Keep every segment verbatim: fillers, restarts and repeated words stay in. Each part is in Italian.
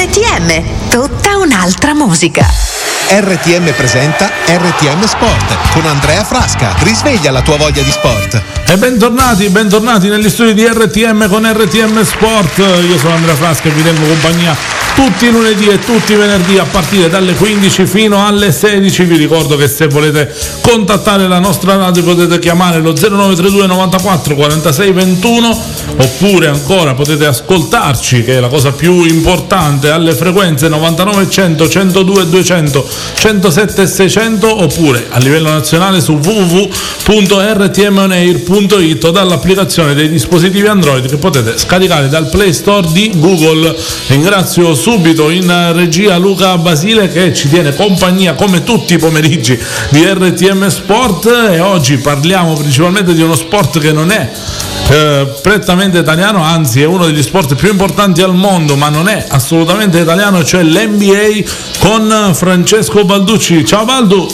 R T M, tutta un'altra musica. R T M presenta R T M Sport con Andrea Frasca. Risveglia la tua voglia di sport. E bentornati, bentornati negli studi di R T M con R T M Sport. Io sono Andrea Frasca e vi tengo compagnia tutti i lunedì e tutti i venerdì a partire dalle quindici fino alle sedici. Vi ricordo che se volete contattare la nostra radio potete chiamare lo zero nove tre due novantaquattro quarantasei ventuno, oppure ancora potete ascoltarci, che è la cosa più importante, alle frequenze novantanove cento, centodue duecento, centosette e seicento, oppure a livello nazionale su w w w punto r t m on air punto i t o dall'applicazione dei dispositivi Android che potete scaricare dal Play Store di Google. Ringrazio subito in regia Luca Basile che ci tiene compagnia come tutti i pomeriggi di R T M Sport, e oggi parliamo principalmente di uno sport che non è eh, prettamente italiano, anzi è uno degli sport più importanti al mondo, ma non è assolutamente italiano, cioè l'N B A con Francesco Balducci. Ciao Baldu!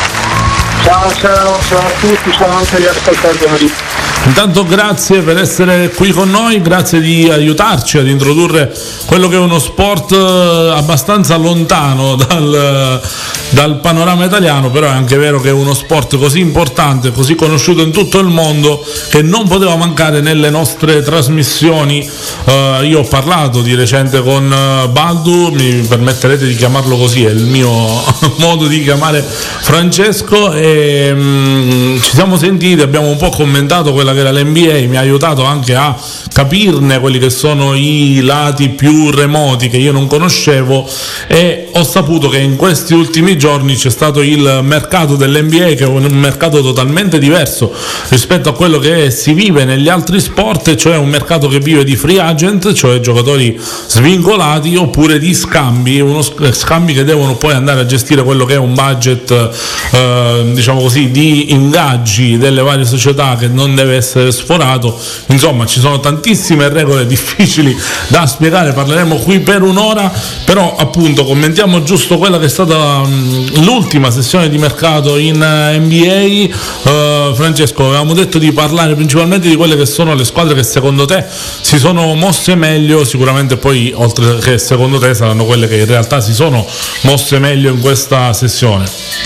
Ciao, ciao, ciao a tutti, ciao anche agli ascoltatori. Intanto grazie per essere qui con noi, grazie di aiutarci ad introdurre quello che è uno sport abbastanza lontano dal, dal panorama italiano, però è anche vero che è uno sport così importante, così conosciuto in tutto il mondo, che non poteva mancare nelle nostre trasmissioni. Uh, io ho parlato di recente con Baldu, mi permetterete di chiamarlo così, è il mio modo di chiamare Francesco, e um, ci siamo sentiti, abbiamo un po' commentato quella che era l'N B A, mi ha aiutato anche a capirne quelli che sono i lati più remoti che io non conoscevo, e ho saputo che in questi ultimi giorni c'è stato il mercato dell'N B A, che è un mercato totalmente diverso rispetto a quello che si vive negli altri sport, cioè un mercato che vive di free agent, cioè giocatori svincolati, oppure di scambi, uno scambi che devono poi andare a gestire quello che è un budget eh, diciamo così di ingaggi delle varie società che non deve essere sforato. Insomma, ci sono tantissime regole difficili da spiegare, parleremo qui per un'ora, però appunto commentiamo giusto quella che è stata um, l'ultima sessione di mercato in uh, N B A. uh, Francesco, avevamo detto di parlare principalmente di quelle che sono le squadre che secondo te si sono mosse meglio, sicuramente poi oltre che secondo te saranno quelle che in realtà si sono mosse meglio in questa sessione.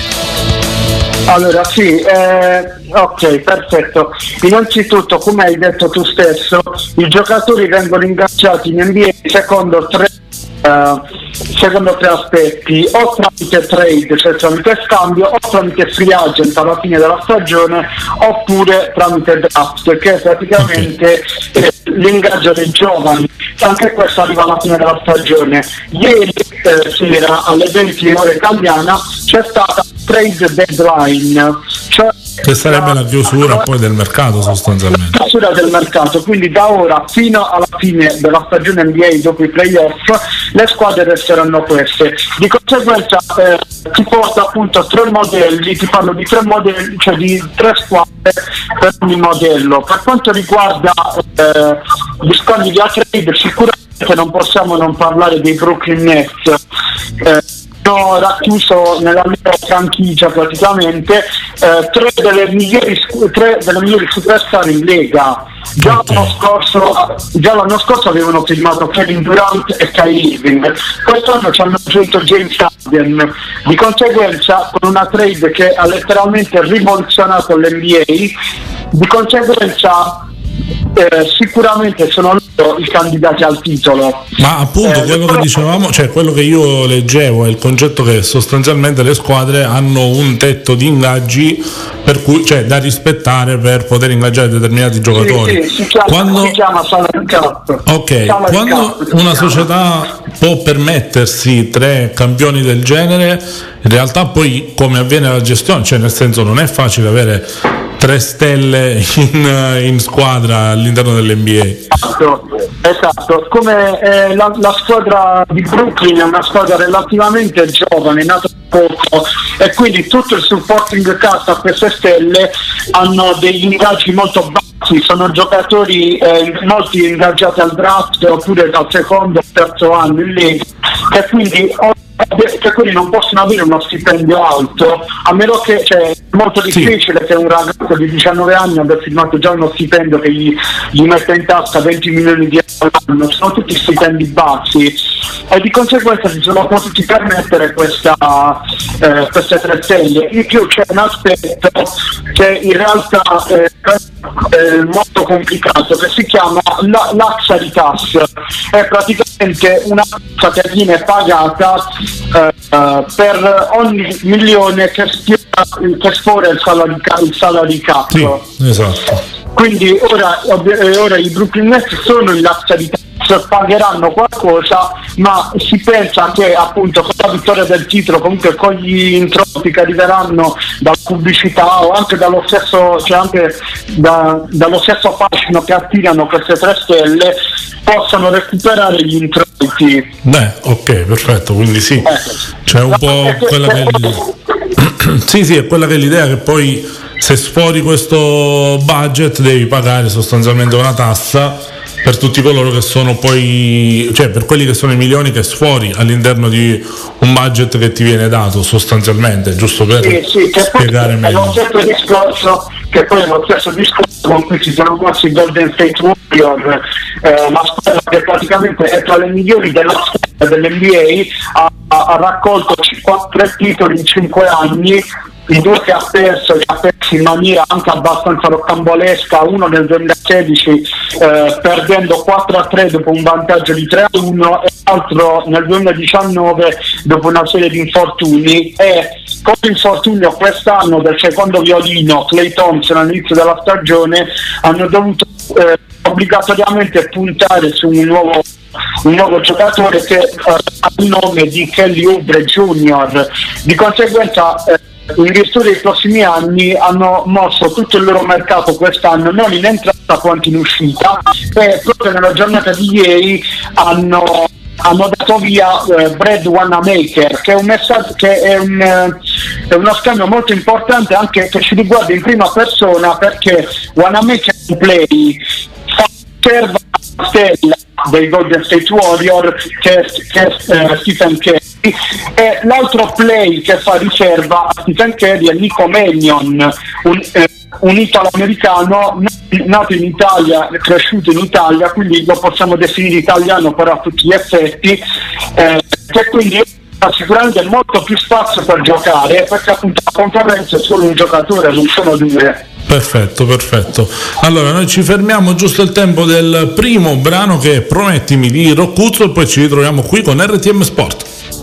Allora sì, eh, ok, perfetto. Innanzitutto, come hai detto tu stesso, i giocatori vengono ingaggiati in N B A secondo tre Uh, secondo tre aspetti: o tramite trade, cioè tramite scambio, o tramite free agent alla fine della stagione, oppure tramite draft, che è praticamente eh, l'ingaggio dei giovani. Anche questo arriva alla fine della stagione. Ieri eh, sera alle venti ore italiana c'è stata trade deadline, cioè che sarebbe la chiusura poi del mercato sostanzialmente. La chiusura del mercato, quindi da ora fino alla fine della stagione N B A, dopo i playoff, le squadre resteranno queste. Di conseguenza eh, ti porta appunto tre modelli, ti parlo di tre modelli, cioè di tre squadre per ogni modello. Per quanto riguarda eh, gli scambi di trade, sicuramente non possiamo non parlare dei Brooklyn Nets. Eh, hanno racchiuso nella loro franchigia praticamente eh, tre delle migliori tre delle migliori superstar in Lega. Già okay. l'anno scorso già l'anno scorso avevano firmato Kevin Durant e Kyrie Irving, quest'anno ci hanno aggiunto James Harden. Di conseguenza, con una trade che ha letteralmente rivoluzionato l'N B A, di conseguenza Eh, sicuramente sono loro i candidati al titolo. Ma appunto eh, quello che dicevamo, cioè quello che io leggevo è il concetto che sostanzialmente le squadre hanno un tetto di ingaggi per cui, cioè, da rispettare per poter ingaggiare determinati giocatori. Sì, sì, si chiama, quando, si chiama salary cap. ok, salary quando cap, una società può permettersi tre campioni del genere, in realtà poi come avviene la gestione, cioè nel senso non è facile avere tre stelle in, in squadra all'interno dell'N B A. Esatto, esatto. Come eh, la, la squadra di Brooklyn è una squadra relativamente giovane, nata poco, e quindi tutto il supporting cast a queste stelle hanno degli ingaggi molto bassi, sono giocatori eh, molti ingaggiati al draft oppure dal secondo o terzo anno in Lega, che quindi che quelli non possono avere uno stipendio alto, a meno che, cioè, è molto difficile sì. che un ragazzo di diciannove anni abbia firmato già uno stipendio che gli, gli mette in tasca venti milioni di euro all'anno. Sono tutti stipendi bassi, e di conseguenza si sono potuti permettere questa, eh, queste tre stelle. In più c'è un aspetto che in realtà eh, è molto complicato, che si chiama la, luxury tax. È praticamente una tassa che viene pagata eh, per ogni milione che, stia, che sfora il salary, il salary cap. Sì, esatto. Quindi ora, ora i Brooklyn Nets sono in luxury tax, pagheranno qualcosa, ma si pensa che appunto con la vittoria del titolo, comunque con gli introiti che arriveranno dalla pubblicità o anche dallo stesso, cioè anche da, dallo stesso fascino che attirano queste tre stelle, possano recuperare gli introiti. Beh, ok, perfetto, quindi sì, c'è un po' quella che sì, sì, è quella che è l'idea, che poi se sfori questo budget devi pagare sostanzialmente una tassa per tutti coloro che sono poi, cioè per quelli che sono i milioni che sfori all'interno di un budget che ti viene dato sostanzialmente, giusto per sì, sì, che spiegare meglio. È lo stesso discorso, che poi è lo stesso discorso con cui si sono mossi i Golden State Warriors, eh, la squadra che praticamente è tra le migliori della storia dell'N B A, ha, ha raccolto tre titoli in cinque anni. I due che ha perso, li ha persi in maniera anche abbastanza rocambolesca, uno nel duemilasedici eh, perdendo quattro a tre dopo un vantaggio di tre a uno e l'altro nel duemiladiciannove dopo una serie di infortuni, e con l'infortunio quest'anno del secondo violino Klay Thompson all'inizio della stagione hanno dovuto eh, obbligatoriamente puntare su un nuovo un nuovo giocatore che eh, ha il nome di Kelly Oubre Junior. Di conseguenza eh, in virtù dei prossimi anni hanno mosso tutto il loro mercato quest'anno, non in entrata quanto in uscita, e proprio nella giornata di ieri hanno, hanno dato via eh, Brad Wanamaker, che è un messaggio, che è, un, eh, è uno scambio molto importante anche che ci riguarda in prima persona, perché Wanamaker in play serve la stella dei Golden State Warriors che, che è eh, Stephen Curry, e l'altro play che fa riserva a Stephen Curry è Nico Mannion, un, eh, un italo-americano nato in Italia, cresciuto in Italia, quindi lo possiamo definire italiano però a tutti gli effetti, eh, che quindi ha sicuramente molto più spazio per giocare, perché appunto la conferenza è solo un giocatore, non sono due. Perfetto, perfetto. Allora noi ci fermiamo giusto il tempo del primo brano, che è Promettimi di Roccuzzo, e poi ci ritroviamo qui con R T M Sport.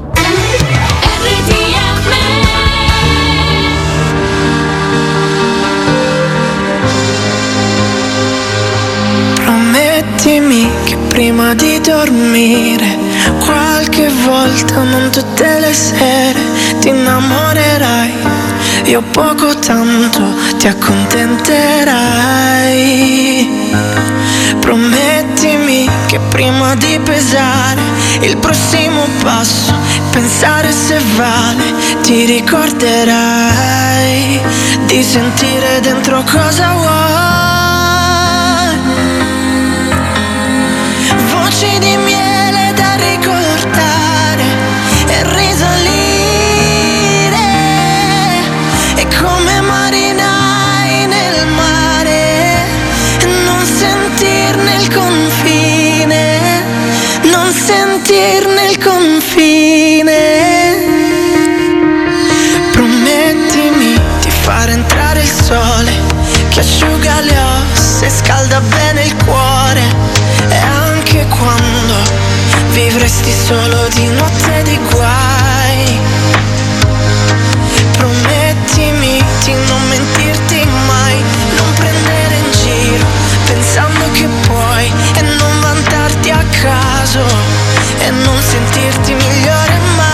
Promettimi che prima di dormire qualche volta, non tutte le sere, ti innamorerai. Io poco tanto ti accontenterai. Promettimi che prima di pesare il prossimo passo, pensare se vale, ti ricorderai di sentire dentro cosa vuoi. Voci di miele da ricordare e risalire, come marinai nel mare, non sentirne il confine, non sentirne il confine. Promettimi di far entrare il sole che asciuga le ossa e scalda bene il cuore, e anche quando vivresti solo di notte di guai. Promettimi di non mentirti mai, non prendere in giro pensando che puoi, e non vantarti a caso, e non sentirti migliore mai.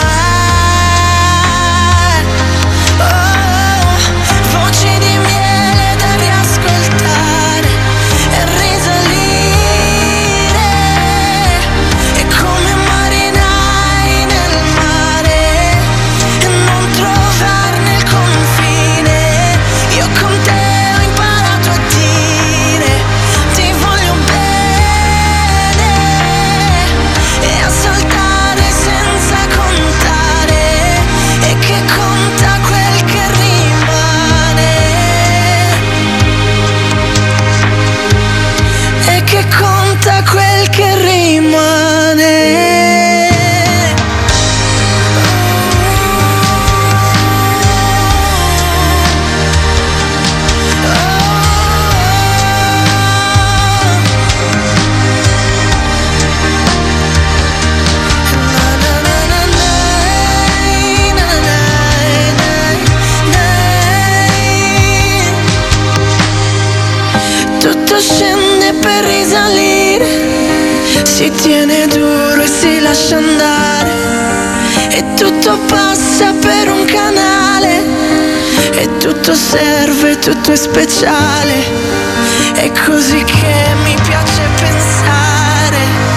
Oh, voci di miele da riascoltare e risalire, e come marinai nel mare e non trovarne il confine. Io con te ho imparato a dire ti voglio bene, e a saltare senza contare lascia andare e tutto passa per un canale e tutto serve, tutto è speciale, è così che mi piace pensare.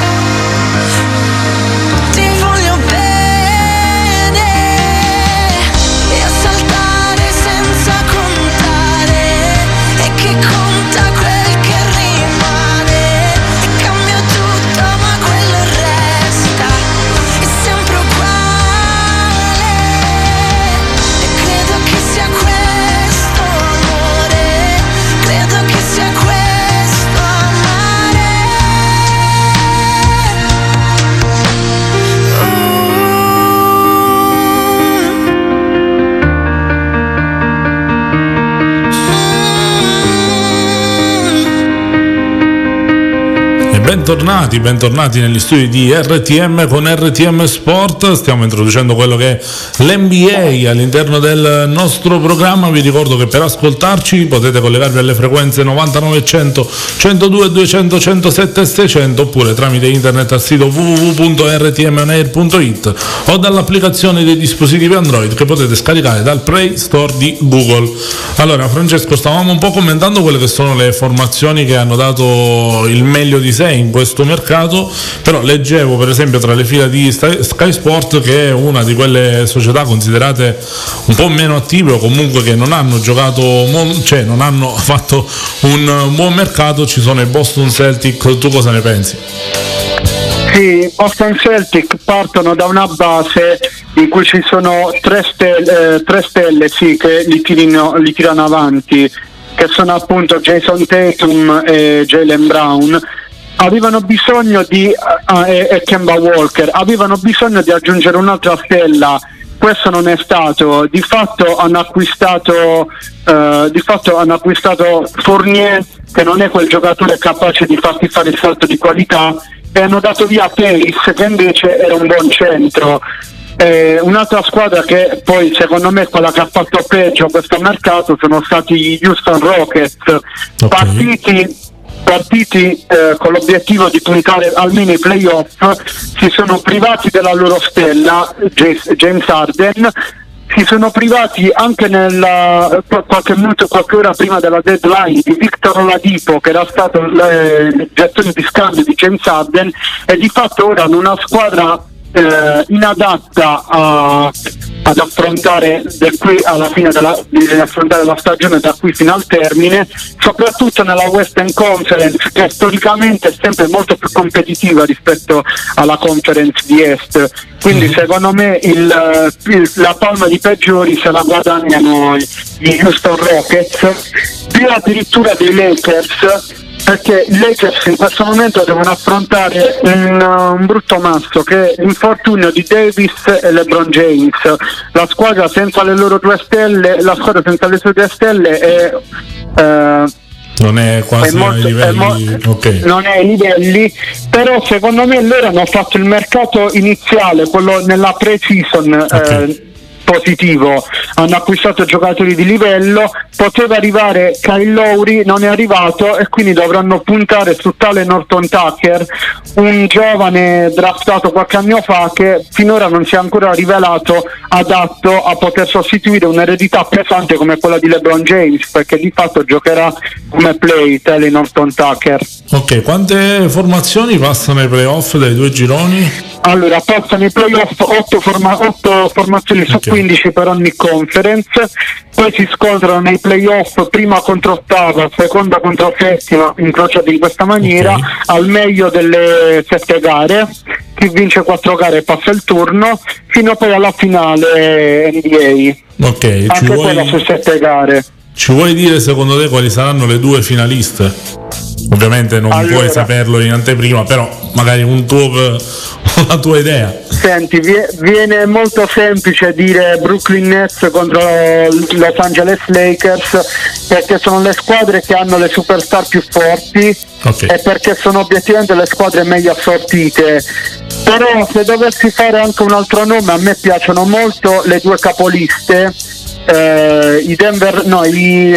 Ti voglio bene e a saltare senza contare, e che conta quel che rimane, e cambio tutto ma quello resta, è sempre uguale, e credo che sia questo amore, credo che sia questo amare. E bentornati, bentornati negli studi di R T M con R T M Sport. Stiamo introducendo quello che è l'N B A all'interno del nostro programma. Vi ricordo che per ascoltarci potete collegarvi alle frequenze novantanove cento, centodue, duecento, centosette e seicento, oppure tramite internet al sito w w w punto r t m on air punto i t o dall'applicazione dei dispositivi Android che potete scaricare dal Play Store di Google. Allora, Francesco, stavamo un po' commentando quelle che sono le formazioni che hanno dato il meglio di sé in questo mercato, però leggevo per esempio tra le fila di Sky Sport che è una di quelle società considerate un po' meno attive, o comunque che non hanno giocato, cioè non hanno fatto un buon mercato. Ci sono i Boston Celtics, tu cosa ne pensi? Sì, Boston Celtic partono da una base in cui ci sono tre stelle, eh, tre stelle sì, che li, tirino, li tirano avanti, che sono appunto Jason Tatum e Jaylen Brown. Avevano bisogno di uh, e, e Kemba Walker, avevano bisogno di aggiungere un'altra stella. Questo non è stato. Di fatto hanno acquistato uh, di fatto hanno acquistato Fournier, che non è quel giocatore capace di farti fare il salto di qualità, e hanno dato via Pace, che invece era un buon centro. Eh, un'altra squadra che poi secondo me è quella che ha fatto peggio questo mercato sono stati gli Houston Rockets. Okay. partiti partiti eh, con l'obiettivo di puntare almeno i playoff, si sono privati della loro stella James Harden, si sono privati anche nel qualche minuto, qualche ora prima della deadline, di Victor Oladipo, che era stato il gettone di scambio di James Harden, e di fatto ora hanno una squadra eh, inadatta a, ad affrontare da qui alla fine della, di affrontare la stagione da qui fino al termine, soprattutto nella Western Conference, che storicamente è sempre molto più competitiva rispetto alla Conference di Est. Quindi secondo me il, il, la palma di peggiori se la guadagnano gli Houston Rockets, più addirittura dei Lakers, perché i Lakers in questo momento devono affrontare un, un brutto masso, che è l'infortunio di Davis e LeBron James. La squadra senza le loro due stelle, la squadra senza le sue due stelle è eh, non è quasi è molto, ai livelli, è mo- okay. non è ai livelli, però secondo me loro hanno fatto il mercato iniziale, quello nella pre-season, okay. eh, positivo, hanno acquistato giocatori di livello, poteva arrivare Kyle Lowry, non è arrivato, e quindi dovranno puntare su tale Norton Tucker, un giovane draftato qualche anno fa che finora non si è ancora rivelato adatto a poter sostituire un'eredità pesante come quella di LeBron James, perché di fatto giocherà come play tale Norton Tucker. Ok, quante formazioni passano ai playoff dai due gironi? Allora, passano i playoff otto forma- formazioni su okay. quindici per ogni conference, poi si scontrano nei playoff prima contro ottava, seconda contro settima, incrociati in questa maniera, okay. al meglio delle sette gare. Chi vince quattro gare passa il turno, fino poi alla finale N B A. Ok, anche ci quella vuoi... su sette gare. Ci vuoi dire secondo te quali saranno le due finaliste? Ovviamente non allora, puoi saperlo in anteprima, però magari un tuo, una tua idea. Senti, viene molto semplice dire Brooklyn Nets contro Los Angeles Lakers, perché sono le squadre che hanno le superstar più forti, okay. e perché sono obiettivamente le squadre meglio assortite. Però se dovessi fare anche un altro nome, a me piacciono molto le due capoliste, eh, i Denver, no, i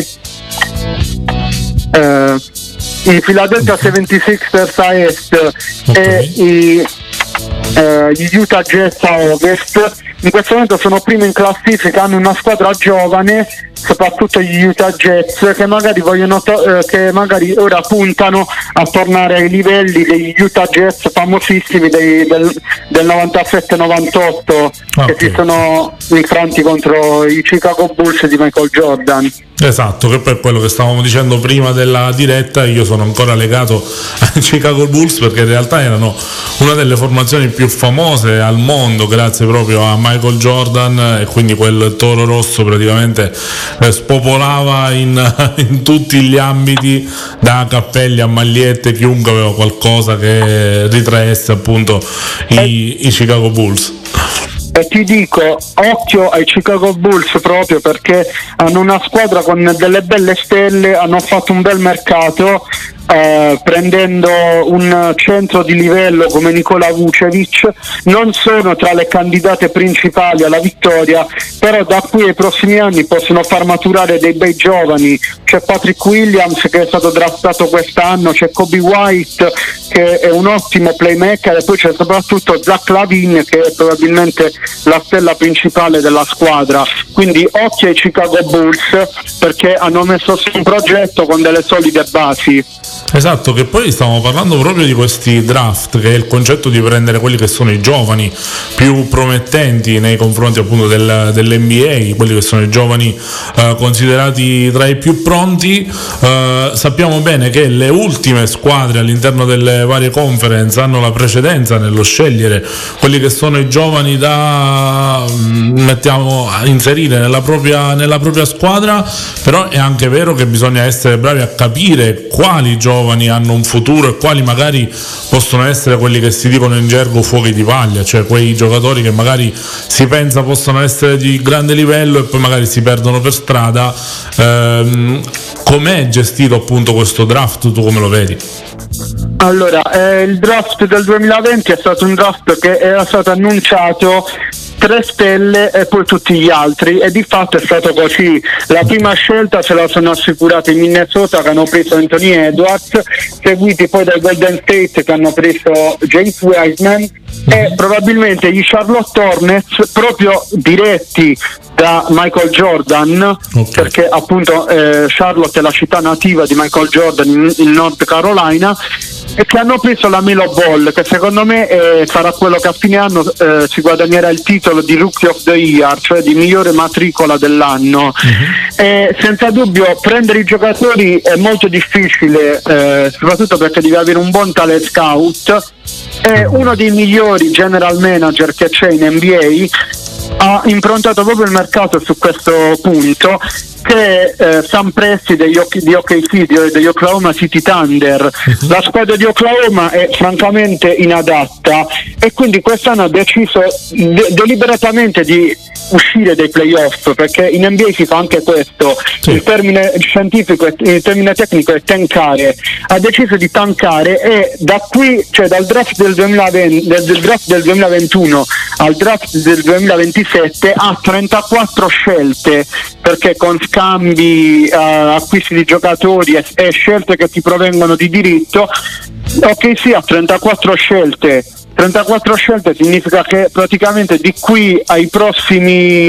eh, i Philadelphia settantasei ers a est, okay. e i eh, gli Utah Jazz a Ovest. In questo momento sono primi in classifica, hanno una squadra giovane, soprattutto gli Utah Jazz, che magari vogliono to- eh, che magari ora puntano a tornare ai livelli degli Utah Jazz famosissimi dei, del, del novantasette novantotto, okay, che si sono infranti contro i Chicago Bulls di Michael Jordan. Esatto, che per quello che stavamo dicendo prima della diretta, io sono ancora legato ai Chicago Bulls perché in realtà erano una delle formazioni più famose al mondo grazie proprio a Michael Jordan, e quindi quel toro rosso praticamente eh, spopolava in, in tutti gli ambiti, da cappelli a magliette, chiunque aveva qualcosa che ritraesse appunto i, i Chicago Bulls. E ti dico, occhio ai Chicago Bulls proprio perché hanno una squadra con delle belle stelle, hanno fatto un bel mercato, eh, prendendo un centro di livello come Nikola Vucevic. Non sono tra le candidate principali alla vittoria, però da qui ai prossimi anni possono far maturare dei bei giovani. C'è Patrick Williams che è stato draftato quest'anno, c'è Kobe White che è un ottimo playmaker, e poi c'è soprattutto Zach LaVine che è probabilmente la stella principale della squadra. Quindi occhio ai Chicago Bulls perché hanno messo su un progetto con delle solide basi. Esatto, che poi stiamo parlando proprio di questi draft, che è il concetto di prendere quelli che sono i giovani più promettenti nei confronti appunto del, dell'N B A, quelli che sono i giovani eh, considerati tra i più pronti. Eh, sappiamo bene che le ultime squadre all'interno delle varie conference hanno la precedenza nello scegliere quelli che sono i giovani da mettiamo a inserire nella propria, nella propria squadra, però è anche vero che bisogna essere bravi a capire quali giovani hanno un futuro e quali magari possono essere quelli che si dicono in gergo fuochi di paglia, cioè quei giocatori che magari si pensa possono essere di grande livello e poi magari si perdono per strada. Ehm, com'è gestito appunto questo draft, tu come lo vedi? Allora, eh, il draft del duemilaventi è stato un draft che era stato annunciato tre stelle e poi tutti gli altri, e di fatto è stato così. La prima scelta se la sono assicurata in Minnesota, che hanno preso Anthony Edwards, seguiti poi dai Golden State che hanno preso James Wiseman, e probabilmente gli Charlotte Hornets, proprio diretti da Michael Jordan, okay, perché appunto eh, Charlotte è la città nativa di Michael Jordan in, in North Carolina, e che hanno preso la Melo Ball, che secondo me eh, sarà quello che a fine anno eh, si guadagnerà il titolo di Rookie of the Year, cioè di migliore matricola dell'anno. Mm-hmm. E senza dubbio prendere i giocatori è molto difficile, eh, soprattutto perché devi avere un buon talent scout, e uno dei migliori general manager che c'è in N B A ha improntato proprio il mercato su questo punto, che è eh, Sam Presti degli o- di O K C, degli Oklahoma City Thunder. Uh-huh. La squadra di Oklahoma è francamente inadatta, e quindi quest'anno ha deciso de- deliberatamente di uscire dai playoff, perché in N B A si fa anche questo, sì. Il termine scientifico, il termine tecnico è tankare. Ha deciso di tankare, e da qui, cioè dal draft del duemilaventi, del, del draft del duemilaventuno al draft del duemilaventisette, ha trentaquattro scelte, perché con scambi, uh, acquisti di giocatori e, e scelte che ti provengono di diritto, ok, sì, ha trentaquattro scelte. trentaquattro scelte significa che praticamente di qui ai prossimi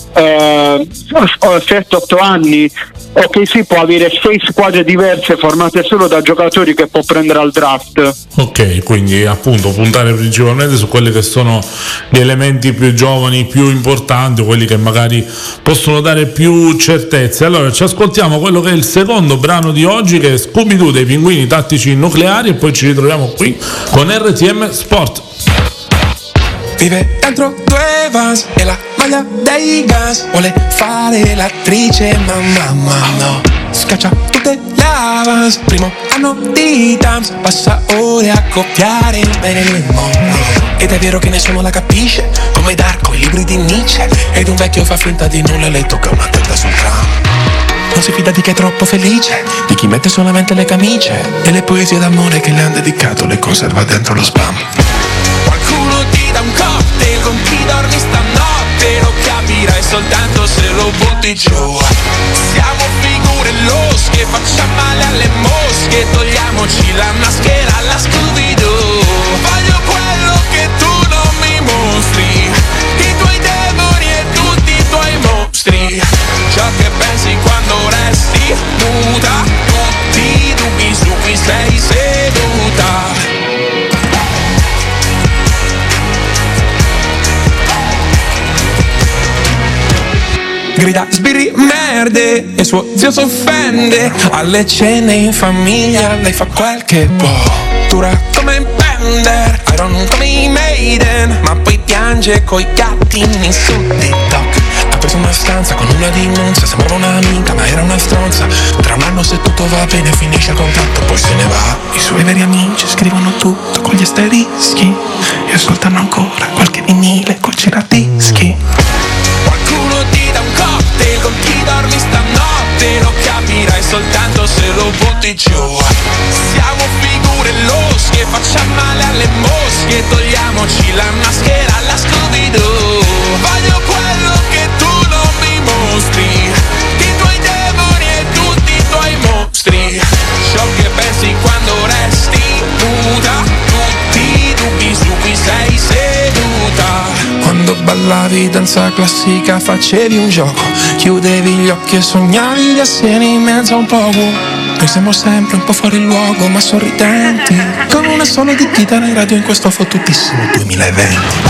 eh, sette otto anni, ok, sì, può avere sei squadre diverse formate solo da giocatori che può prendere al draft. Ok, quindi appunto puntare principalmente su quelli che sono gli elementi più giovani, più importanti, quelli che magari possono dare più certezze. Allora ci ascoltiamo quello che è il secondo brano di oggi, che è Scooby-Doo dei Pinguini Tattici Nucleari, e poi ci ritroviamo qui con R T M Sport. Vive dentro due Vans e la maglia dei Guns, vuole fare l'attrice ma mamma no, scaccia tutte le Avans, primo anno di Tams, passa ore a copiare bene il mondo. Ed è vero che nessuno la capisce, come Darko, i libri di Nietzsche, ed un vecchio fa finta di nulla e le tocca una testa sul tram. Non si fida di chi è troppo felice, di chi mette solamente le camicie, e le poesie d'amore che le han dedicato le conserva dentro lo spam. Qualcuno ti dà un cocktail con chi dormi stanotte, lo capirai soltanto se lo butti giù. Siamo figure losche, facciamo male alle mosche, togliamoci la maschera alla Scooby-Doo. Voglio quello che tu grida sbirri merde e suo zio s'offende. Alle cene in famiglia lei fa quel che può, dura come in Bender, Iron come i Maiden, ma poi piange coi gattini su TikTok. Ha preso una stanza con una denuncia, sembrava un'amica ma era una stronza. Tra un anno se tutto va bene finisce il contratto, poi se ne va. I suoi veri amici scrivono tutto con gli asterischi e ascoltano ancora qualche vinile col giradischi. Qualcuno ti dà un cocktail con chi dormi stanotte, lo capirai soltanto se lo butti giù. Siamo figure losche, facciamo male alle mosche, togliamoci la maschera alla Scooby-Doo. Voglio quello che tu non mi mostri, i tuoi demoni e tutti i tuoi mostri. Ciò che pensi quando resti nuda, tutti i dubbi su cui sei seduta. Quando ballavi danza classica facevi un gioco, chiudevi gli occhi e sognavi di essere in mezzo a un poco. Noi siamo sempre un po' fuori luogo ma sorridenti, con una sola di chitarra in radio in questo fottutissimo duemilaventi.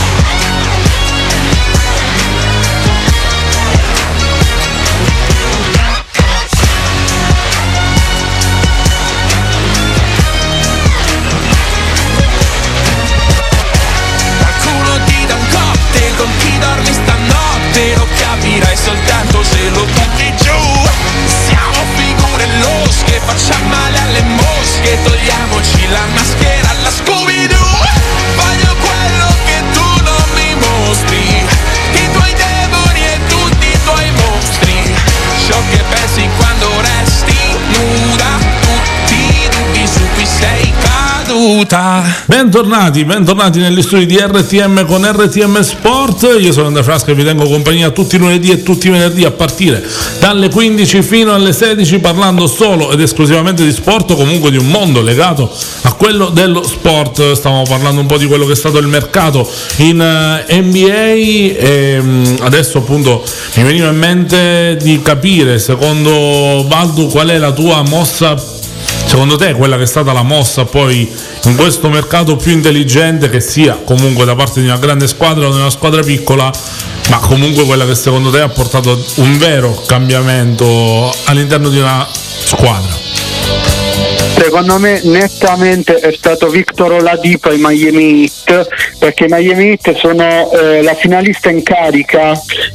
Soltanto se lo butti giù. Siamo figure losche, facciamo male alle mosche, togliamoci la maschera alla Scooby-Doo. Voglio quello che tu non mi mostri, i tuoi demoni e tutti i tuoi mostri. Ciò che pensi quando resti nuda, tutti i dubbi su cui sei caduta. Bentornati, bentornati negli studi di R T M con R T M Sport. Io sono Andrea Frasca e vi tengo compagnia tutti i lunedì e tutti i venerdì a partire dalle quindici fino alle sedici, parlando solo ed esclusivamente di sport, o comunque di un mondo legato a quello dello sport. Stiamo parlando un po' di quello che è stato il mercato in N B A e adesso appunto mi veniva in mente di capire, secondo Baldu, qual è la tua mossa, secondo te quella che è stata la mossa poi in questo mercato più intelligente, che sia comunque da parte di una grande squadra o di una squadra piccola, ma comunque quella che secondo te ha portato un vero cambiamento all'interno di una squadra? Secondo me nettamente è stato Victor Oladipo ai Miami Heat, perché i Miami Heat sono eh, la finalista in carica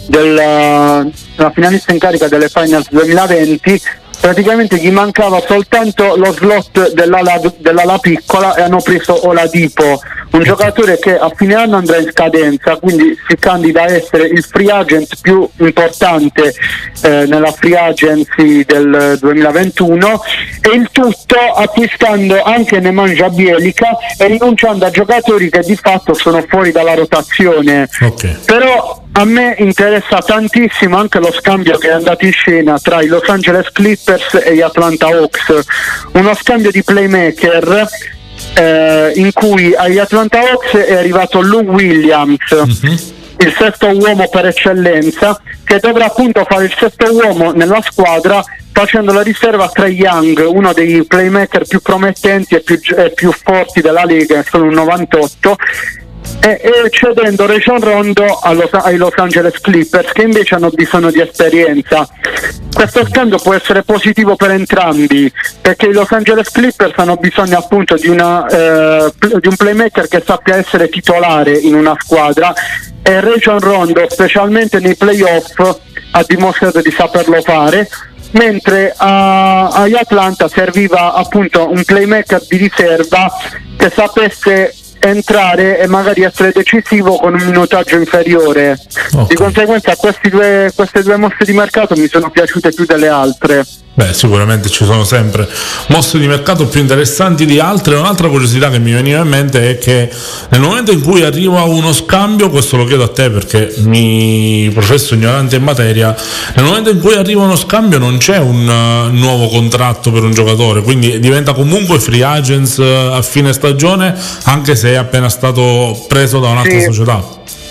della, la finalista in carica delle Finals duemilaventi. Praticamente gli mancava soltanto lo slot dell'ala, dell'ala piccola e hanno preso Oladipo, un giocatore che a fine anno andrà in scadenza, quindi si candida a essere il free agent più importante eh, nella free agency del duemilaventuno, e il tutto acquistando anche Nemanja Bjelica e rinunciando a giocatori che di fatto sono fuori dalla rotazione. Okay. Però a me interessa tantissimo anche lo scambio che è andato in scena tra i Los Angeles Clippers e gli Atlanta Hawks, uno scambio di playmaker eh, in cui agli Atlanta Hawks è arrivato Lou Williams, mm-hmm. il sesto uomo per eccellenza, che dovrà appunto fare il sesto uomo nella squadra, facendo la riserva a Trae Young, uno dei playmaker più promettenti e più, e più forti della Lega, sono un novantotto, e, e cedendo Rajon Rondo allo, ai Los Angeles Clippers, che invece hanno bisogno di esperienza. Questo scambio può essere positivo per entrambi, perché i Los Angeles Clippers hanno bisogno appunto di, una, eh, di un playmaker che sappia essere titolare in una squadra, e Rajon Rondo, specialmente nei playoff, ha dimostrato di saperlo fare, mentre a, agli Atlanta serviva appunto un playmaker di riserva che sapesse entrare e magari essere decisivo con un minutaggio inferiore. Okay. Di conseguenza questi due, queste due mosse di mercato mi sono piaciute più delle altre. Beh, sicuramente ci sono sempre mosse di mercato più interessanti di altre. Un'altra curiosità che mi veniva in mente è che nel momento in cui arriva uno scambio, questo lo chiedo a te perché mi professo ignorante in materia, nel momento in cui arriva uno scambio non c'è un uh, nuovo contratto per un giocatore, quindi diventa comunque free agents uh, a fine stagione, anche se è appena stato preso da un'altra sì. società.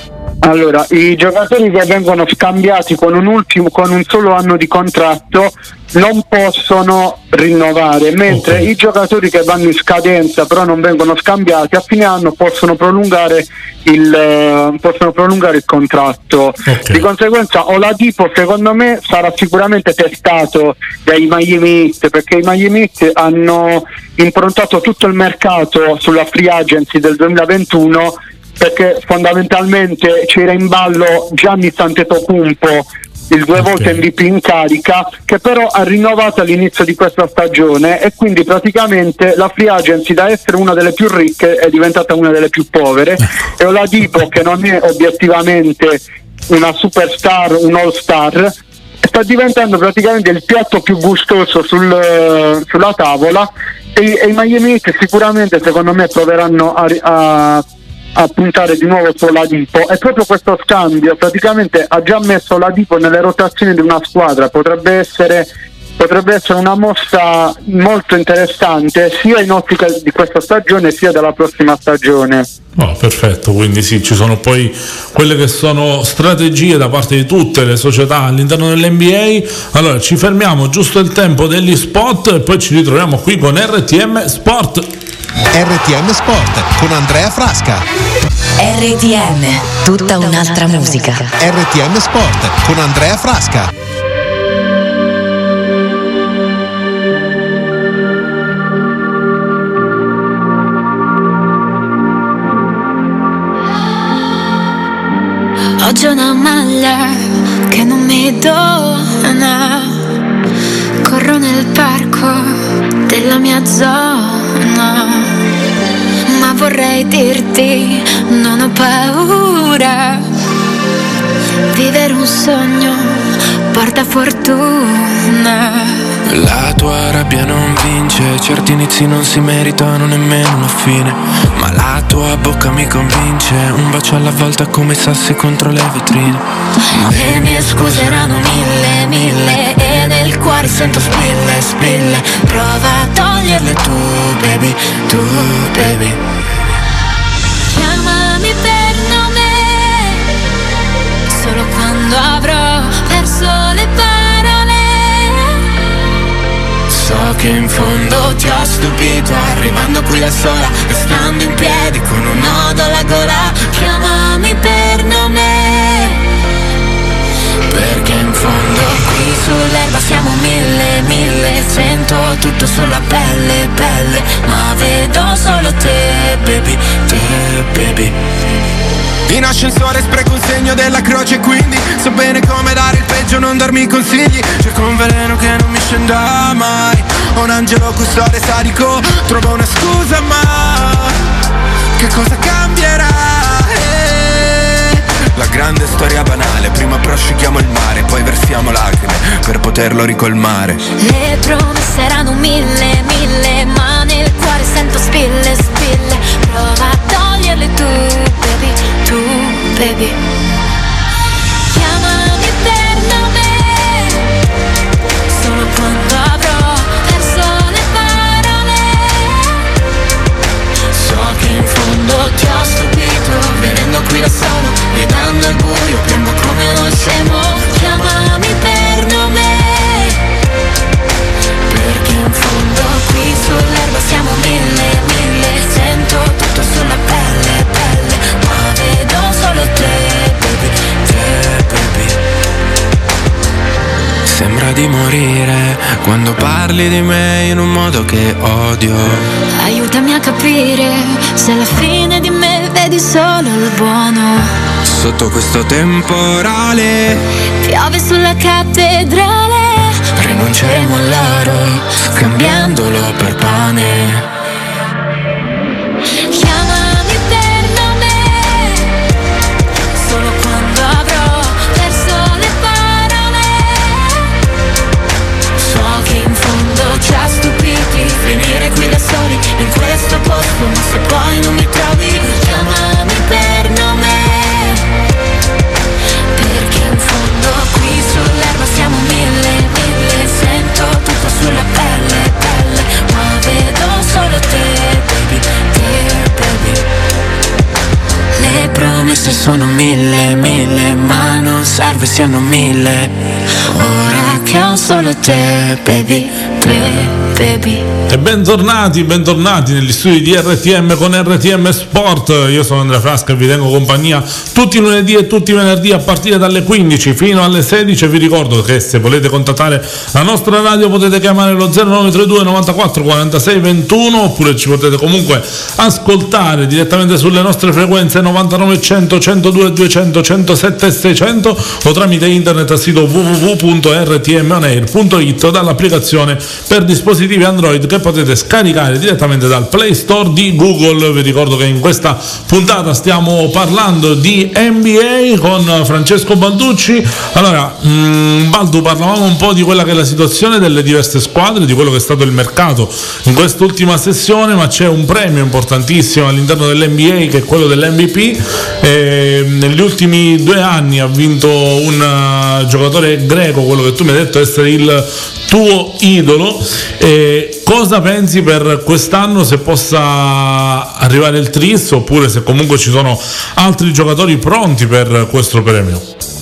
Allora, i giocatori che vengono scambiati con un ultimo, con un solo anno di contratto non possono rinnovare, mentre okay. i giocatori che vanno in scadenza però non vengono scambiati a fine anno possono prolungare il, uh, possono prolungare il contratto. Okay. Di conseguenza Oladipo secondo me sarà sicuramente testato dai Miami Heat, perché i Miami Heat hanno improntato tutto il mercato sulla free agency del duemilaventuno, perché fondamentalmente c'era in ballo Giannis Antetokounmpo, il due volte okay. M V P in carica, che però ha rinnovato all'inizio di questa stagione, e quindi praticamente la free agency, da essere una delle più ricche, è diventata una delle più povere. E Oladipo, che non è obiettivamente una superstar, un all star, sta diventando praticamente il piatto più gustoso sul, sulla tavola, e, e i Miami Heat sicuramente secondo me proveranno a, a a puntare di nuovo su Oladipo, e proprio questo scambio praticamente ha già messo Oladipo nelle rotazioni di una squadra. Potrebbe essere potrebbe essere una mossa molto interessante sia in ottica di questa stagione sia della prossima stagione. Oh, perfetto, quindi sì, ci sono poi quelle che sono strategie da parte di tutte le società all'interno dell'N B A. Allora ci fermiamo giusto il tempo degli spot e poi ci ritroviamo qui con R T M Sport. R T M Sport con Andrea Frasca. R T M, tutta un'altra musica. R T M Sport con Andrea Frasca. Oggi una maglia che non mi dona, corro nel parco della mia zona, ma vorrei dirti non ho paura, vivere un sogno porta fortuna. La tua rabbia non vince, certi inizi non si meritano nemmeno una fine, ma la tua bocca mi convince, un bacio alla volta come sassi contro le vetrine. Le mie scuse erano mille, mille, e nel cuore sento spille, spille. Prova a toglierle tu, baby, tu, baby. Chiamami per nome, solo quando avrò perso le parole. So che in fondo ti ho stupito, arrivando qui da sola, restando in piedi con un nodo alla gola. Chiamami per nome, perché in fondo qui sull'erba siamo mille, mille. Sento tutto sulla pelle, pelle, ma vedo solo te, baby, te, baby. In ascensore spreco un segno della croce, quindi so bene come dare il peggio, non darmi consigli. Cerco un veleno che non mi scenda mai, ho un angelo custode sadico, trovo una scusa, ma che cosa cambierà? Eh, la grande storia banale, prima prosciughiamo il mare, poi versiamo lacrime per poterlo ricolmare. Le promesse erano mille, mille, ma nel cuore sento spille, spille. Prova a toglierle tu, baby, tu, baby. Chiamami per nome, solo quando avrò perso le parole. So che in fondo ti ho stupito, venendo qui da solo, gridando al buio, piango come noi siamo. Chiamami per nome, perché in fondo qui sull'erba siamo mille, mille. Sento tutto sulla pelle, pelle, ma vedo solo te, baby, te, baby. sembra di morire quando parli di me in un modo che odio. Aiutami a capire se alla fine di me vedi solo il buono. Sotto questo temporale piove sulla cattedrale, rinunceremo all'oro scambiandolo per pane. Chiamami per nome, solo quando avrò perso le parole. So che in fondo ci ha stupiti venire qui da soli in questo posto, ma se poi non mi trovi chiamami per nome, perché in fondo qui sull'erba siamo mille, mille. Sento tutto sulla pelle, pelle, ma vedo solo come se sono mille, mille, ma non serve siano mille. Ora che ho solo te, baby, baby. E bentornati, bentornati negli studi di R T M con R T M Sport. Io sono Andrea Frasca e vi tengo compagnia tutti i lunedì e tutti i venerdì a partire dalle quindici fino alle sedici. Vi ricordo che se volete contattare la nostra radio potete chiamare lo zero nove tre due novantaquattro quarantasei ventuno, oppure ci potete comunque ascoltare direttamente sulle nostre frequenze novantanove cento, centodue, duecento, centosette e seicento o tramite internet al sito w w w punto r t m on air punto i t o dall'applicazione per dispositivi Android che potete scaricare direttamente dal Play Store di Google. Vi ricordo che in questa puntata stiamo parlando di N B A con Francesco Balducci. Allora, mh, Baldu, parlavamo un po' di quella che è la situazione delle diverse squadre, di quello che è stato il mercato in quest'ultima sessione, ma c'è un premio importantissimo all'interno dell'N B A che è quello dell'M V P. E negli ultimi due anni ha vinto un uh, giocatore greco, quello che tu mi hai detto essere il tuo idolo. E cosa pensi per quest'anno, se possa arrivare il tris, oppure se comunque ci sono altri giocatori pronti per questo premio?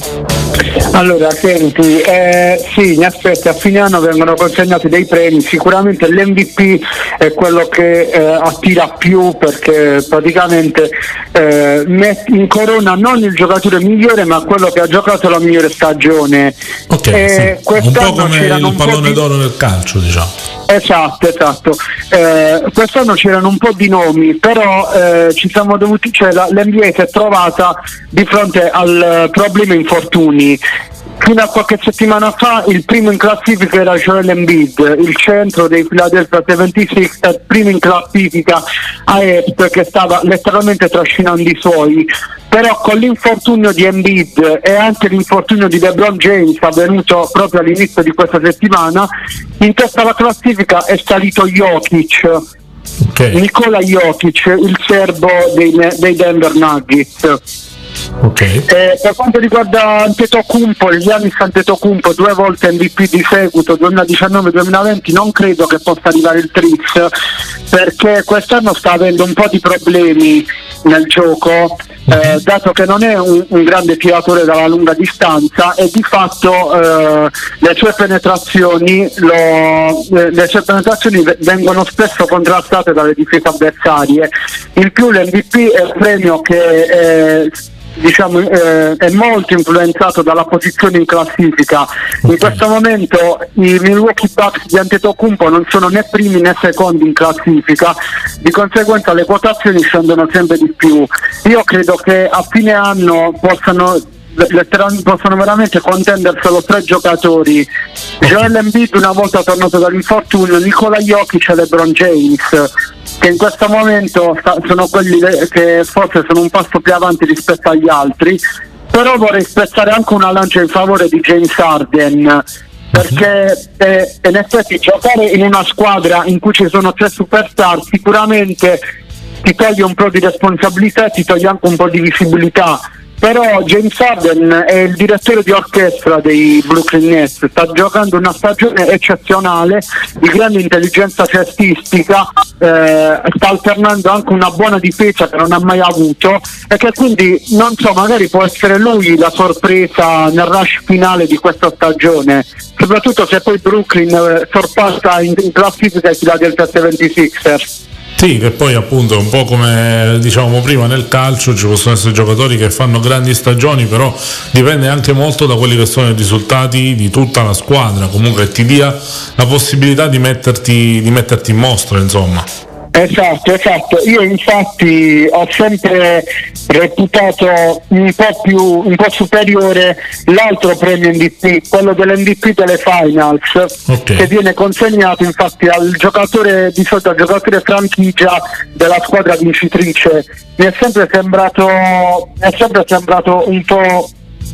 Allora, senti, eh, sì, in effetti a fine anno vengono consegnati dei premi. Sicuramente l'M V P è quello che eh, attira più, perché praticamente eh, mette in corona non il giocatore migliore ma quello che ha giocato la migliore stagione. Ok, eh, sì. Un po' come il pallone di... d'oro del calcio, diciamo. Esatto, esatto. Eh, quest'anno c'erano un po' di nomi, però eh, ci siamo dovuti, cioè la, l'N B A si è trovata di fronte al problema infortuni. Fino a qualche settimana fa il primo in classifica era Joel Embiid, il centro dei Philadelphia settantasei, primo in classifica a Est, che stava letteralmente trascinando i suoi. Però con l'infortunio di Embiid e anche l'infortunio di LeBron James avvenuto proprio all'inizio di questa settimana, in testa alla classifica è salito Jokic, okay. Nikola Jokic, il serbo dei, dei Denver Nuggets. Okay. Eh, per quanto riguarda Antetokounmpo, Giannis Antetokounmpo, due volte M V P di seguito duemiladiciannove duemilaventi, non credo che possa arrivare il tris, perché quest'anno sta avendo un po' di problemi nel gioco, eh, dato che non è un, un grande tiratore dalla lunga distanza e di fatto eh, le sue penetrazioni lo, eh, le sue penetrazioni vengono spesso contrastate dalle difese avversarie. In più l'M V P è un premio che eh, diciamo eh, è molto influenzato dalla posizione in classifica. In questo momento i Milwaukee Bucks di Antetokounmpo non sono né primi né secondi in classifica, di conseguenza le quotazioni scendono sempre di più. Io credo che a fine anno possano letteralmente possono veramente contenderselo tre giocatori: Joel Embiid una volta tornato dall'infortunio, Nikola Jokic e LeBron James, che in questo momento sta, sono quelli che forse sono un passo più avanti rispetto agli altri. Però vorrei spezzare anche una lancia in favore di James Harden, perché eh, in effetti giocare in una squadra in cui ci sono tre superstar sicuramente ti toglie un po' di responsabilità e ti toglie anche un po' di visibilità. Però James Harden è il direttore di orchestra dei Brooklyn Nets, sta giocando una stagione eccezionale di grande intelligenza cestistica, eh, sta alternando anche una buona difesa che non ha mai avuto, e che quindi non so, magari può essere lui la sorpresa nel rush finale di questa stagione, soprattutto se poi Brooklyn eh, sorpassa in, in classifica i Philadelphia settantasei. Sì, che poi appunto è un po' come dicevamo prima nel calcio, ci possono essere giocatori che fanno grandi stagioni, però dipende anche molto da quelli che sono i risultati di tutta la squadra, comunque ti dia la possibilità di metterti, di metterti in mostra, insomma. Esatto, esatto. Io infatti ho sempre reputato un po' più un po' superiore l'altro premio M V P, quello dell'M V P delle Finals, okay, che viene consegnato infatti al giocatore, di solito al giocatore franchigia della squadra vincitrice. Mi è sempre sembrato mi è sempre sembrato un po'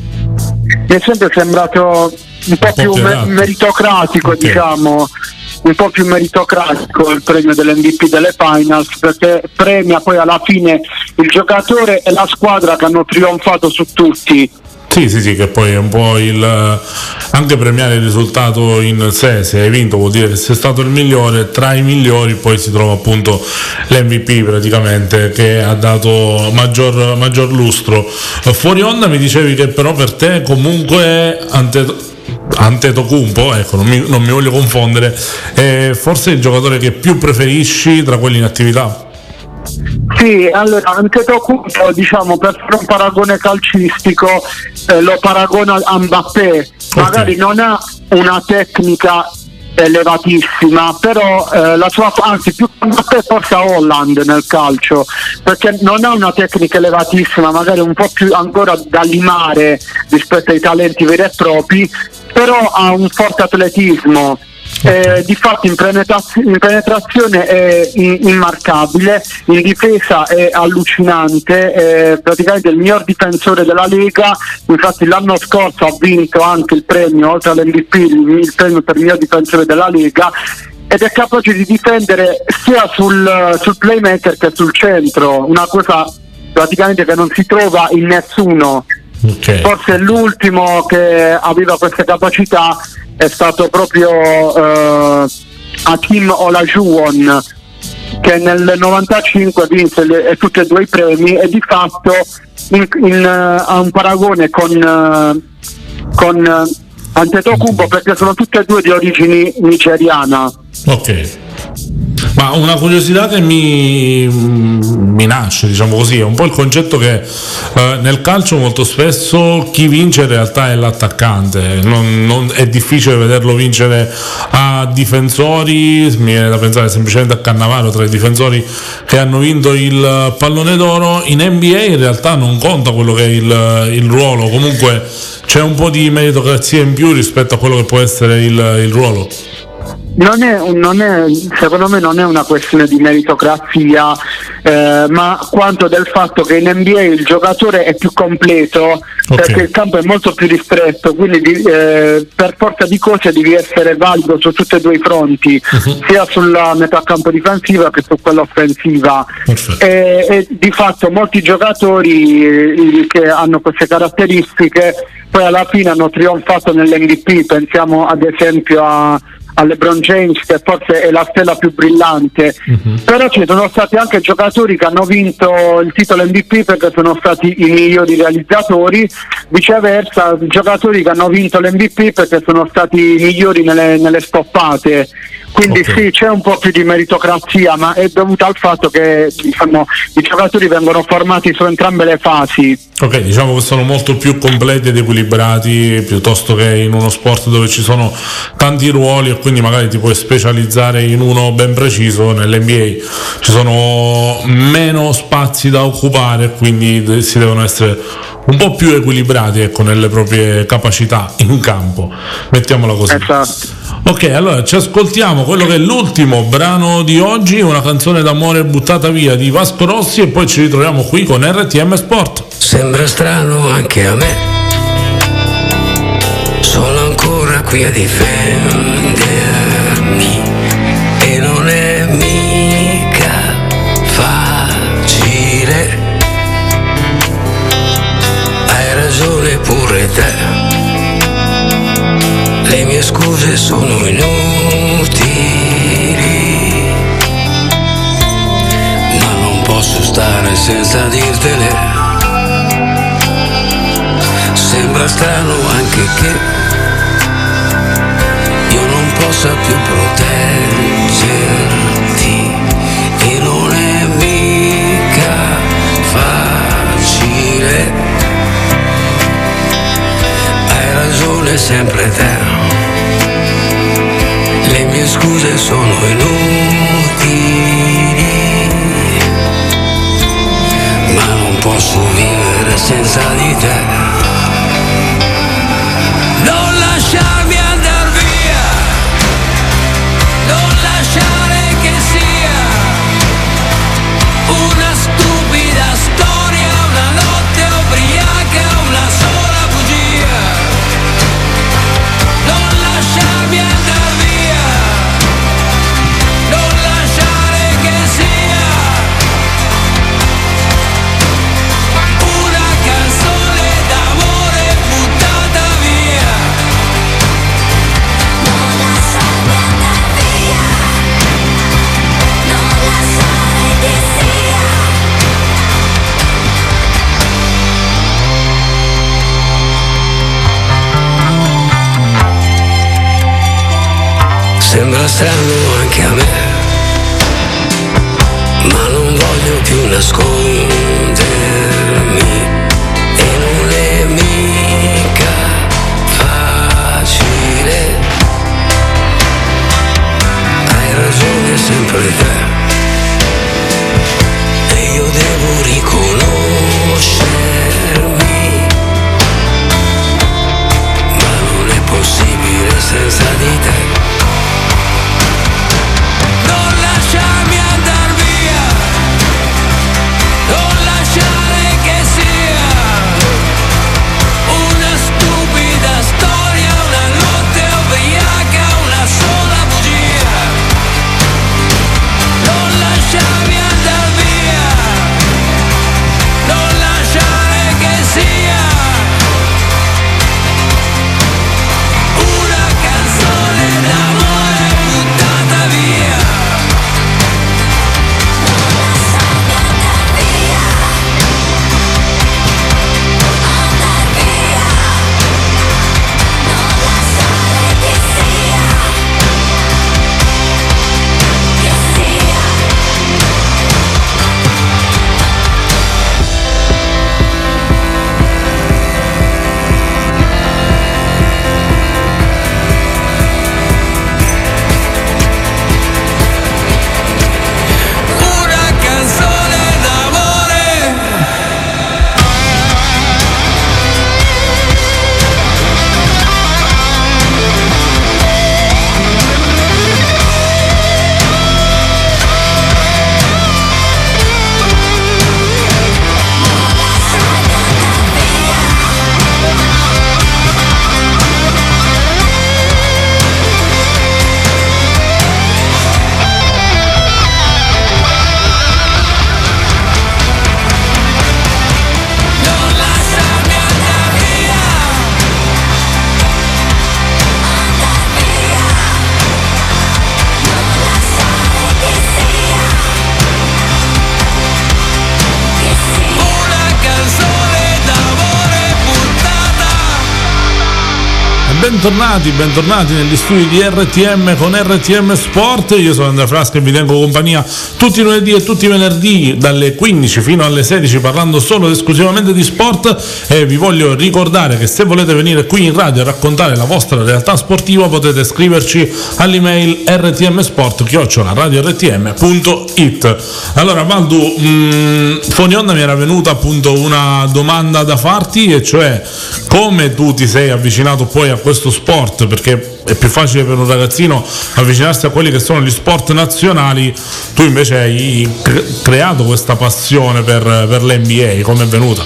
mi è sempre sembrato un po' più me- meritocratico, okay, diciamo un po' più meritocratico il premio dell'M V P delle Finals, perché premia poi alla fine il giocatore e la squadra che hanno trionfato su tutti. Sì, Sì, sì, sì, che poi è un po' il anche premiare il risultato in sé, se hai vinto vuol dire che sei stato il migliore, tra i migliori poi si trova appunto l'M V P praticamente che ha dato maggior, maggior lustro. Fuori onda mi dicevi che però per te comunque ante, Antetokounmpo, ecco, non mi, non mi voglio confondere, è forse il giocatore che più preferisci tra quelli in attività? Sì, allora Antetokounmpo, diciamo, per fare un paragone calcistico eh, lo paragono a Mbappé, okay. Magari non ha una tecnica elevatissima, però eh, la sua, anzi più Mbappé forse a Holland nel calcio, perché non ha una tecnica elevatissima, magari un po' più ancora da limare rispetto ai talenti veri e propri, però ha un forte atletismo. Eh, di fatto in, penetraz- in penetrazione è in- immarcabile, in difesa è allucinante, è praticamente il miglior difensore della Lega, infatti l'anno scorso ha vinto anche il premio, oltre all'M V P, il, il premio per miglior difensore della Lega, ed è capace di difendere sia sul, sul playmaker che sul centro, una cosa praticamente che non si trova in nessuno. Okay. Forse l'ultimo che aveva queste capacità è stato proprio uh, Hakeem Olajuwon, che nel novantacinque vinse le, tutti e due i premi, e di fatto in, in, uh, ha un paragone con, uh, con uh, Antetokounmpo, perché sono tutte e due di origini nigeriana. Ok. Ma una curiosità che mi, mi nasce, diciamo così, è un po' il concetto che eh, nel calcio molto spesso chi vince in realtà è l'attaccante, non, non, è difficile vederlo vincere a difensori, mi viene da pensare semplicemente a Cannavaro, tra i difensori che hanno vinto il pallone d'oro. In N B A in realtà non conta quello che è il, il ruolo, comunque c'è un po' di meritocrazia in più rispetto a quello che può essere il, il ruolo. Non è, non è, secondo me non è una questione di meritocrazia, eh, ma quanto del fatto che in N B A il giocatore è più completo, okay, perché il campo è molto più ristretto, quindi eh, per forza di cose devi essere valido su tutti e due i fronti, uh-huh, sia sulla metà campo difensiva che su quella offensiva, e, e di fatto molti giocatori eh, che hanno queste caratteristiche poi alla fine hanno trionfato nell'M V P. Pensiamo ad esempio a a LeBron James, che forse è la stella più brillante, uh-huh, però ci sono stati anche giocatori che hanno vinto il titolo M V P perché sono stati i migliori realizzatori, viceversa giocatori che hanno vinto l'M V P perché sono stati i migliori nelle, nelle stoppate. Quindi okay, sì, c'è un po' più di meritocrazia, ma è dovuto al fatto che diciamo, i giocatori vengono formati su entrambe le fasi. Ok, diciamo che sono molto più completi ed equilibrati piuttosto che in uno sport dove ci sono tanti ruoli e quindi magari ti puoi specializzare in uno ben preciso. Nell'N B A ci sono meno spazi da occupare, quindi si devono essere un po' più equilibrati, ecco, nelle proprie capacità in campo, mettiamola così. Esatto. Ok, allora ci ascoltiamo quello che è l'ultimo brano di oggi, una canzone d'amore buttata via di Vasco Rossi, e poi ci ritroviamo qui con R T M Sport. Sembra strano anche a me, sono ancora qui a difendermi e non è mica facile, hai ragione pure te. Le mie scuse sono inutili, ma non posso stare senza dirtele. Sembra strano anche che io non possa più proteggerti e non è mica facile, hai ragione sempre te. Le mie scuse sono inutili, ma non posso vivere senza di te. Non lasciarmi andar via, non lasciare che sia una stupida storia, una notte ubriaca, una sola bugia. Non lasciarmi andar via, non lasciare che sia una canzone da strano anche a me, ma non voglio più nascondermi e non è mica facile. Hai ragione sempre te e io devo riconoscermi, ma non è possibile senza di te. Non lasciarmi andar via, non lasciare che sia una stupida storia, una notte ubriaca, una sola bugia. Non lasciarmi andar via, non lasciare che sia una canzone d'amore buttata via. Una canzone d'amore. Non lasciarmi andar via, una canzone d'amore buttata. Bentornati, bentornati negli studi di R T M con R T M Sport. Io sono Andrea Frasca e vi tengo compagnia tutti i lunedì e tutti i venerdì dalle quindici fino alle sedici, parlando solo ed esclusivamente di sport. E vi voglio ricordare che se volete venire qui in radio a raccontare la vostra realtà sportiva potete scriverci all'email rtmsport chiocciola radio r t m punto it. Allora Valdu, mh, fuori onda mi era venuta appunto una domanda da farti, e cioè come tu ti sei avvicinato poi a questo sport, perché è più facile per un ragazzino avvicinarsi a quelli che sono gli sport nazionali. Tu invece hai cre- creato questa passione per, per l'N B A, come è venuta?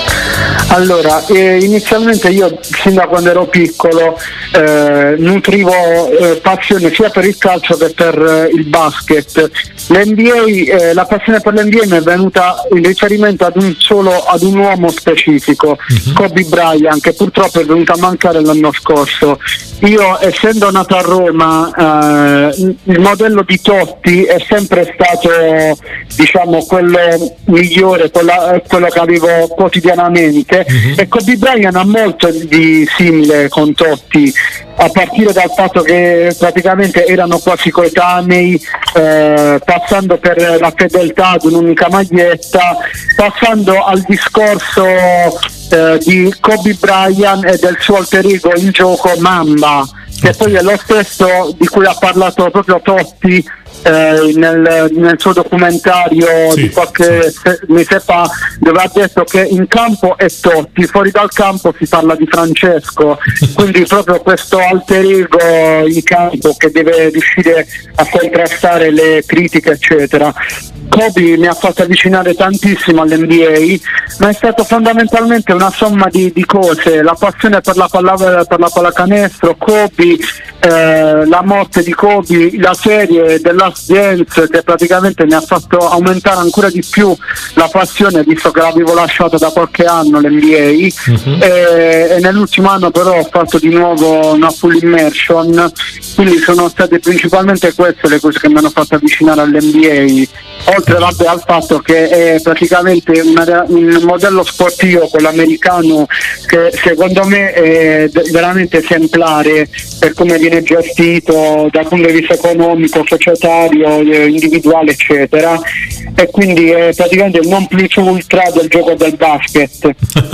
Allora, eh, inizialmente io sin da quando ero piccolo eh, nutrivo eh, passione sia per il calcio che per eh, il basket. L'N B A, eh, la passione per l'N B A mi è venuta in riferimento ad un solo, ad un uomo specifico, uh-huh. Kobe Bryant, che purtroppo è venuto a mancare l'anno scorso. Io, essendo nato a Roma, eh, il modello di Totti è sempre stato, diciamo, quello migliore, quella, quello che avevo quotidianamente, uh-huh. e Kobe Bryant ha molto di simile con Totti, a partire dal fatto che praticamente erano quasi coetanei, eh, passando per la fedeltà ad un'unica maglietta, passando al discorso eh, di Kobe Bryant e del suo alter ego in gioco Mamba, che poi è lo stesso di cui ha parlato proprio Totti eh, nel, nel suo documentario sì, di qualche sì. mese fa, dove ha detto che in campo è Totti, fuori dal campo si parla di Francesco. Quindi proprio questo alter ego in campo che deve riuscire a contrastare le critiche eccetera. Kobe mi ha fatto avvicinare tantissimo all'N B A, ma è stato fondamentalmente una somma di, di cose: la passione per la, palla, per la pallacanestro, Kobe, eh, la morte di Kobe, la serie The Last Dance, che praticamente mi ha fatto aumentare ancora di più la passione, visto che l'avevo lasciato da qualche anno l'N B A, uh-huh. e, e nell'ultimo anno però ho fatto di nuovo una full immersion, quindi sono state principalmente queste le cose che mi hanno fatto avvicinare all'N B A. Oltre vabbè, al fatto che è praticamente una, un modello sportivo, quello americano, che secondo me è veramente esemplare per come viene viene gestito dal punto di vista economico, societario, eh, individuale, eccetera, e quindi è praticamente il non plus ultra del gioco del basket.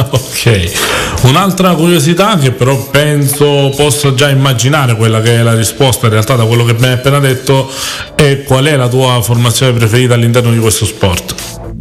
Ok, un'altra curiosità che però penso posso già immaginare quella che è la risposta in realtà da quello che mi hai appena detto è: qual è la tua formazione preferita all'interno di questo sport?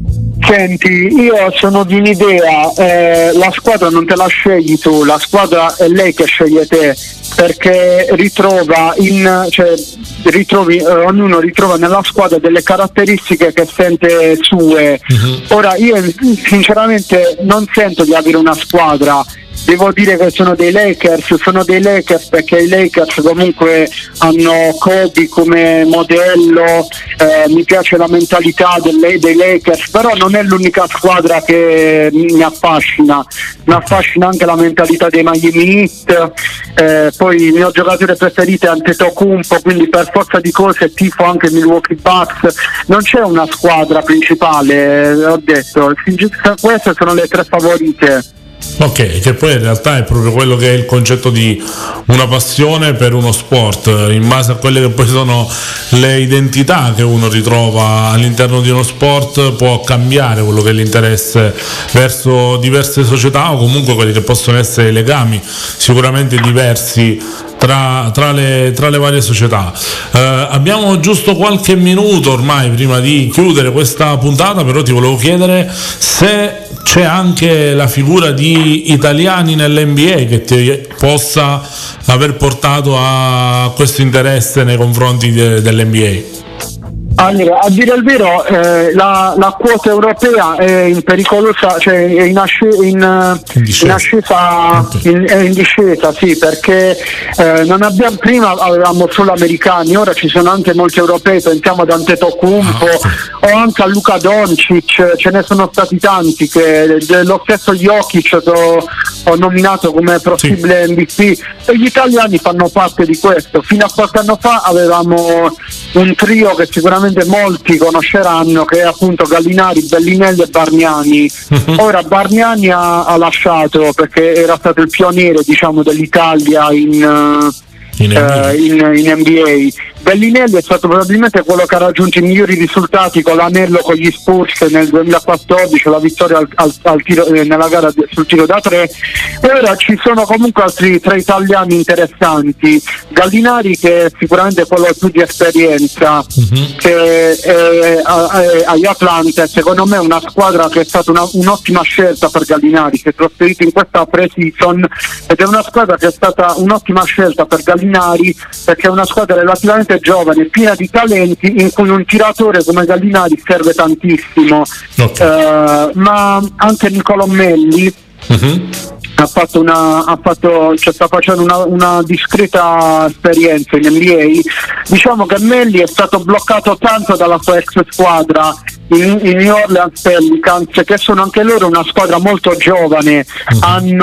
Senti, io sono di un'idea, eh, la squadra non te la scegli tu, la squadra è lei che sceglie te, perché ritrova in, cioè, ritrovi, eh, ognuno ritrova nella squadra delle caratteristiche che sente sue. Uh-huh. Ora io sinceramente non sento di avere una squadra. Devo dire che sono dei Lakers, sono dei Lakers perché i Lakers comunque hanno Kobe come modello, eh, mi piace la mentalità delle, dei Lakers, però non è l'unica squadra che mi affascina, mi affascina anche la mentalità dei Miami Heat, eh, poi il mio giocatore preferito è Antetokounmpo, quindi per forza di cose tifo anche Milwaukee Bucks. Non c'è una squadra principale, eh, ho detto, queste sono le tre favorite. Ok, che poi in realtà è proprio quello che è il concetto di una passione per uno sport, in base a quelle che poi sono le identità che uno ritrova all'interno di uno sport può cambiare quello che è l'interesse verso diverse società o comunque quelli che possono essere i legami sicuramente diversi Tra, tra, le, tra le varie società. Eh, abbiamo giusto qualche minuto ormai prima di chiudere questa puntata, però ti volevo chiedere se c'è anche la figura di italiani nell'N B A che ti possa aver portato a questo interesse nei confronti de, dell'N B A. Allora, a dire il vero, eh, la, la quota europea è in pericolosa, cioè è in, asce, in, in ascesa, okay. in, è in discesa, sì, perché eh, non abbiamo, prima avevamo solo americani, ora ci sono anche molti europei, pensiamo ad Antetokounmpo ah, okay. o anche a Luka Doncic, ce ne sono stati tanti, che lo stesso Jokic ho, ho nominato come possibile sì. M V P, e gli italiani fanno parte di questo. Fino a qualche anno fa avevamo un trio che sicuramente molti conosceranno, che è appunto Gallinari, Bellinelli e Bargnani. Ora Bargnani ha, ha lasciato perché era stato il pioniere, diciamo, dell'Italia in, uh, in, uh, in, in N B A. Bellinelli è stato probabilmente quello che ha raggiunto i migliori risultati con l'anello con gli Spurs nel duemilaquattordici, la vittoria al, al, al tiro, eh, nella gara sul tiro da tre. E ora ci sono comunque altri tre italiani interessanti. Gallinari, che è sicuramente quello più di esperienza, uh-huh. che è, è, è agli Atlanta, secondo me è una squadra che è stata una, un'ottima scelta per Gallinari, si è trasferito in questa pre-season ed è una squadra che è stata un'ottima scelta per Gallinari perché è una squadra relativamente giovane, piena di talenti, in cui un tiratore come Gallinari serve tantissimo. Okay. Uh, ma anche Nicolò Melli uh-huh. ha fatto una ha fatto cioè sta facendo una, una discreta esperienza in N B A. Diciamo che Melli è stato bloccato tanto dalla sua ex squadra in, in New Orleans Pelicans, che sono anche loro una squadra molto giovane. Uh-huh.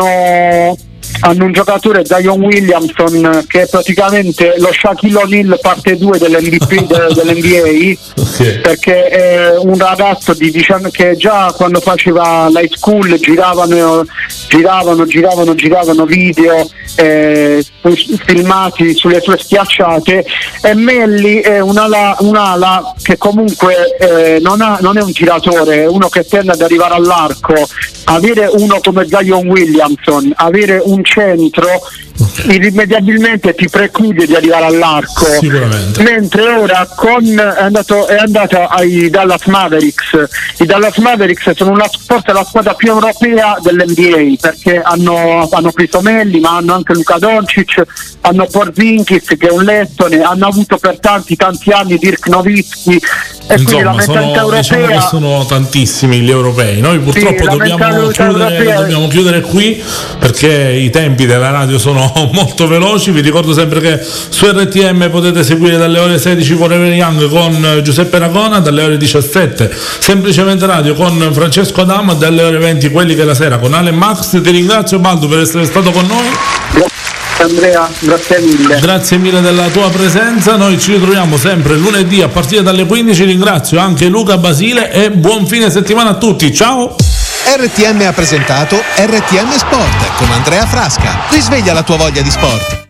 hanno hanno un giocatore, Zion Williamson, che è praticamente lo Shaquille O'Neal parte due dell'N B A, dell'N B A okay. perché è un ragazzo di diciamo che già quando faceva l'high school giravano giravano giravano giravano video eh, filmati sulle sue schiacciate, e Melli è un'ala, un'ala che comunque eh, non, ha, non è un tiratore, è uno che tende ad arrivare all'arco. Avere uno come Zion Williamson, avere un centro okay. irrimediabilmente ti preclude di arrivare all'arco. Sicuramente. Mentre ora con è andato è andato ai Dallas Mavericks. I Dallas Mavericks sono una, forse la squadra più europea dell'N B A, perché hanno hanno preso Melli, ma hanno anche Luka Doncic, hanno Porzingis che è un lettone, hanno avuto per tanti tanti anni Dirk Nowitzki. E insomma, la mentalità sono, europea, diciamo che sono tantissimi gli europei. Noi purtroppo sì, dobbiamo, chiudere, dobbiamo chiudere qui perché i tempi della radio sono molto veloci. Vi ricordo sempre che su R T M potete seguire dalle ore sedici Forever Young con Giuseppe Ragona, dalle ore diciassette Semplicemente Radio con Francesco Adamo, dalle ore venti Quelli che la sera con Ale Max. Ti ringrazio Baldo per essere stato con noi. Andrea, grazie mille. Grazie mille della tua presenza. Noi ci ritroviamo sempre lunedì a partire dalle quindici. Ringrazio anche Luca Basile e buon fine settimana a tutti. Ciao. R T M ha presentato R T M Sport con Andrea Frasca. Risveglia la tua voglia di sport.